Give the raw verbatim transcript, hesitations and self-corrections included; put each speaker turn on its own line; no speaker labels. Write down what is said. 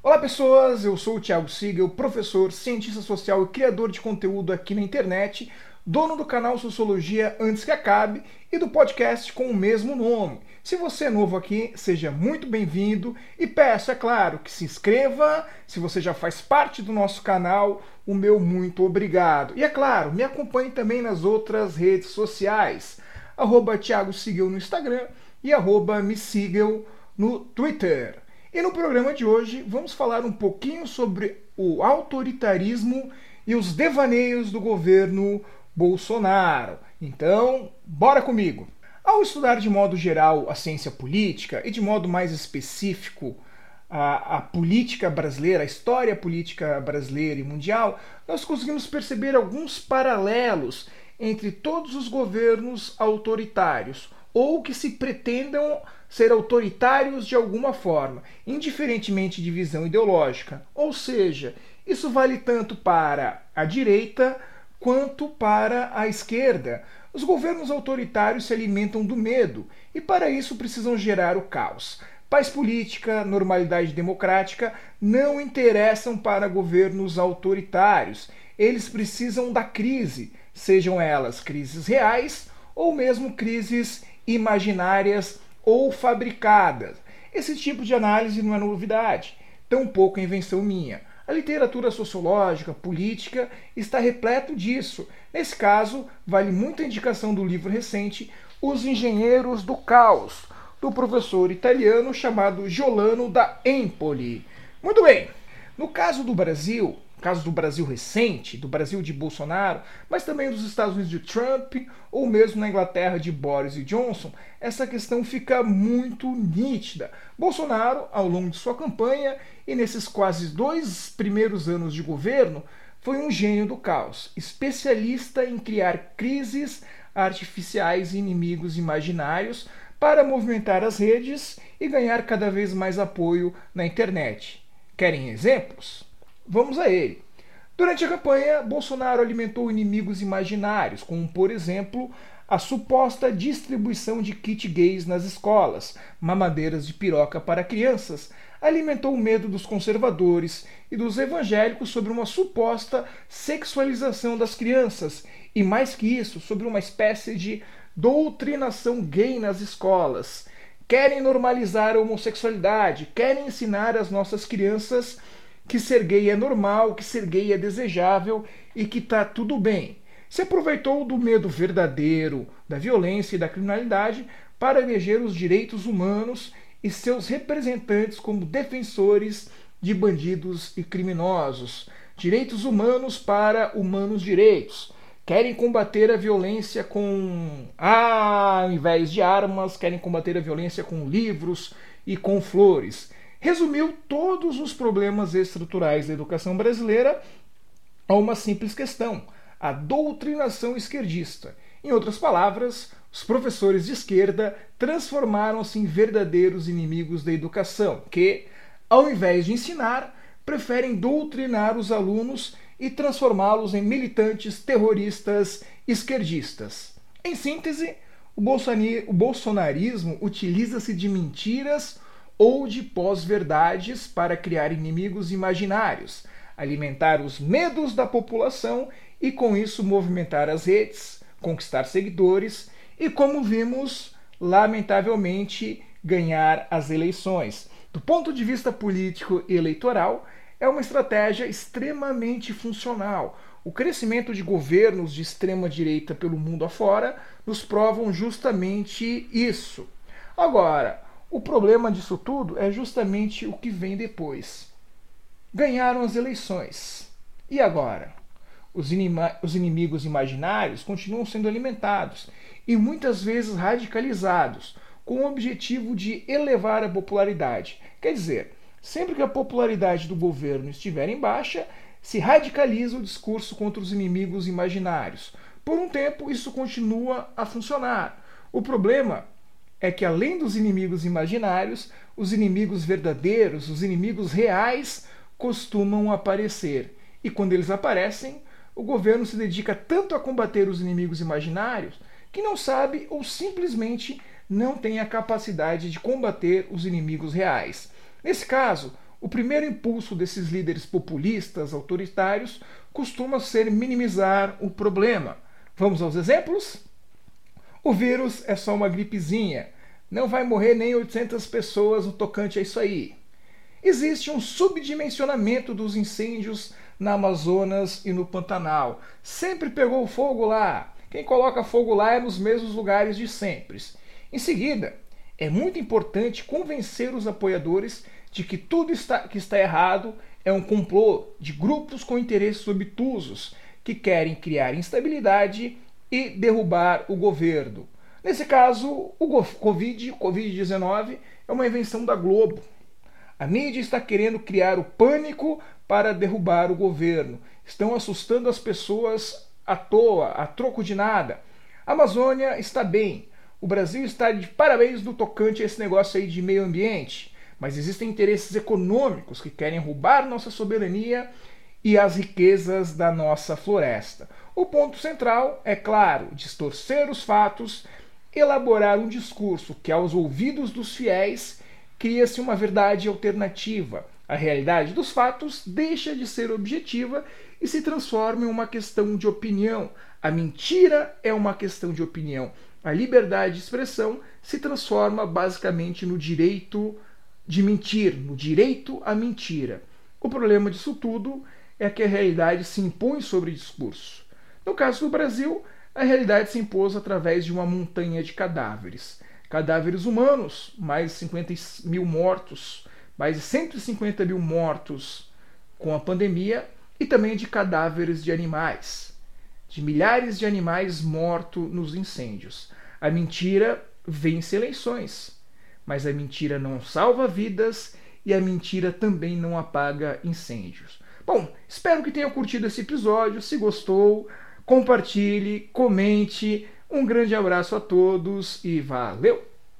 Olá pessoas, eu sou o Thiago Siegel, professor, cientista social e criador de conteúdo aqui na internet, dono do canal Sociologia Antes que Acabe e do podcast com o mesmo nome. Se você é novo aqui, seja muito bem-vindo e peço, é claro, que se inscreva. Se você já faz parte do nosso canal, o meu muito obrigado. E é claro, me acompanhe também nas outras redes sociais, arroba Thiago Siegel no Instagram e arroba me Siegel no Twitter. E no programa de hoje vamos falar um pouquinho sobre o autoritarismo e os devaneios do governo Bolsonaro. Então, bora comigo! Ao estudar de modo geral a ciência política e de modo mais específico a, a política brasileira, a história política brasileira e mundial, nós conseguimos perceber alguns paralelos entre todos os governos autoritários, ou que se pretendam ser autoritários de alguma forma, indiferentemente de visão ideológica. Ou seja, isso vale tanto para a direita quanto para a esquerda. Os governos autoritários se alimentam do medo e para isso precisam gerar o caos. Paz política, normalidade democrática não interessam para governos autoritários. Eles precisam da crise, sejam elas crises reais ou mesmo crises imaginárias ou fabricadas. Esse tipo de análise não é novidade, tampouco é invenção minha. A literatura sociológica, política, está repleto disso. Nesse caso, vale muito a indicação do livro recente Os Engenheiros do Caos, do professor italiano chamado Giuliano da Empoli. Muito bem, no caso do Brasil, caso do Brasil recente, do Brasil de Bolsonaro, mas também dos Estados Unidos de Trump, ou mesmo na Inglaterra de Boris e Johnson, essa questão fica muito nítida. Bolsonaro, ao longo de sua campanha e nesses quase dois primeiros anos de governo, foi um gênio do caos, especialista em criar crises artificiais e inimigos imaginários para movimentar as redes e ganhar cada vez mais apoio na internet. Querem exemplos? Vamos a ele. Durante a campanha, Bolsonaro alimentou inimigos imaginários, como, por exemplo, a suposta distribuição de kit gays nas escolas, mamadeiras de piroca para crianças, alimentou o medo dos conservadores e dos evangélicos sobre uma suposta sexualização das crianças, e mais que isso, sobre uma espécie de doutrinação gay nas escolas. Querem normalizar a homossexualidade, querem ensinar às nossas crianças que ser gay é normal, que ser gay é desejável e que tá tudo bem. Se aproveitou do medo verdadeiro, da violência e da criminalidade para eleger os direitos humanos e seus representantes como defensores de bandidos e criminosos. Direitos humanos para humanos direitos. Querem combater a violência com... Ah, ao invés de armas, querem combater a violência com livros e com flores. Resumiu todos os problemas estruturais da educação brasileira a uma simples questão: a doutrinação esquerdista. Em outras palavras, os professores de esquerda transformaram-se em verdadeiros inimigos da educação, que, ao invés de ensinar, preferem doutrinar os alunos e transformá-los em militantes terroristas esquerdistas. Em síntese, o bolsonarismo utiliza-se de mentiras ou de pós-verdades para criar inimigos imaginários, alimentar os medos da população e com isso movimentar as redes, conquistar seguidores e, como vimos, lamentavelmente, ganhar as eleições. Do ponto de vista político e eleitoral, é uma estratégia extremamente funcional. O crescimento de governos de extrema-direita pelo mundo afora nos provam justamente isso. Agora, o problema disso tudo é justamente o que vem depois. Ganharam as eleições. E agora? Os, inima- os inimigos imaginários continuam sendo alimentados e muitas vezes radicalizados, com o objetivo de elevar a popularidade. Quer dizer, sempre que a popularidade do governo estiver em baixa, se radicaliza o discurso contra os inimigos imaginários. Por um tempo, isso continua a funcionar. O problema é que, além dos inimigos imaginários, os inimigos verdadeiros, os inimigos reais, costumam aparecer. E quando eles aparecem, o governo se dedica tanto a combater os inimigos imaginários que não sabe ou simplesmente não tem a capacidade de combater os inimigos reais. Nesse caso, O primeiro impulso desses líderes populistas, autoritários, costuma ser minimizar o problema. Vamos aos exemplos? O vírus é só uma gripezinha. Não vai morrer nem oitocentas pessoas no tocante a isso aí. Existe um subdimensionamento dos incêndios na Amazonas e no Pantanal. Sempre pegou fogo lá. Quem coloca fogo lá é nos mesmos lugares de sempre. Em seguida, é muito importante convencer os apoiadores de que tudo está, que está errado é um complô de grupos com interesses obtusos que querem criar instabilidade e derrubar o governo. Nesse caso, o Covid, covid dezenove, é uma invenção da Globo. A mídia está querendo criar o pânico para derrubar o governo. Estão assustando as pessoas à toa, a troco de nada. A Amazônia está bem. O Brasil está de parabéns no tocante a esse negócio aí de meio ambiente. Mas existem interesses econômicos que querem roubar nossa soberania e as riquezas da nossa floresta. O ponto central é, claro, distorcer os fatos, elaborar um discurso que, aos ouvidos dos fiéis, cria-se uma verdade alternativa. A realidade dos fatos deixa de ser objetiva e se transforma em uma questão de opinião. A mentira é uma questão de opinião. A liberdade de expressão se transforma basicamente no direito de mentir, no direito à mentira. O problema disso tudo é que a realidade se impõe sobre o discurso. No caso do Brasil, a realidade se impôs através de uma montanha de cadáveres. Cadáveres humanos, mais de cinquenta mil mortos, mais de cento e cinquenta mil mortos com a pandemia, e também de cadáveres de animais, de milhares de animais mortos nos incêndios. A mentira vence eleições, mas a mentira não salva vidas e a mentira também não apaga incêndios. Bom, espero que tenham curtido esse episódio. Se gostou, compartilhe, comente. Um grande abraço a todos e valeu!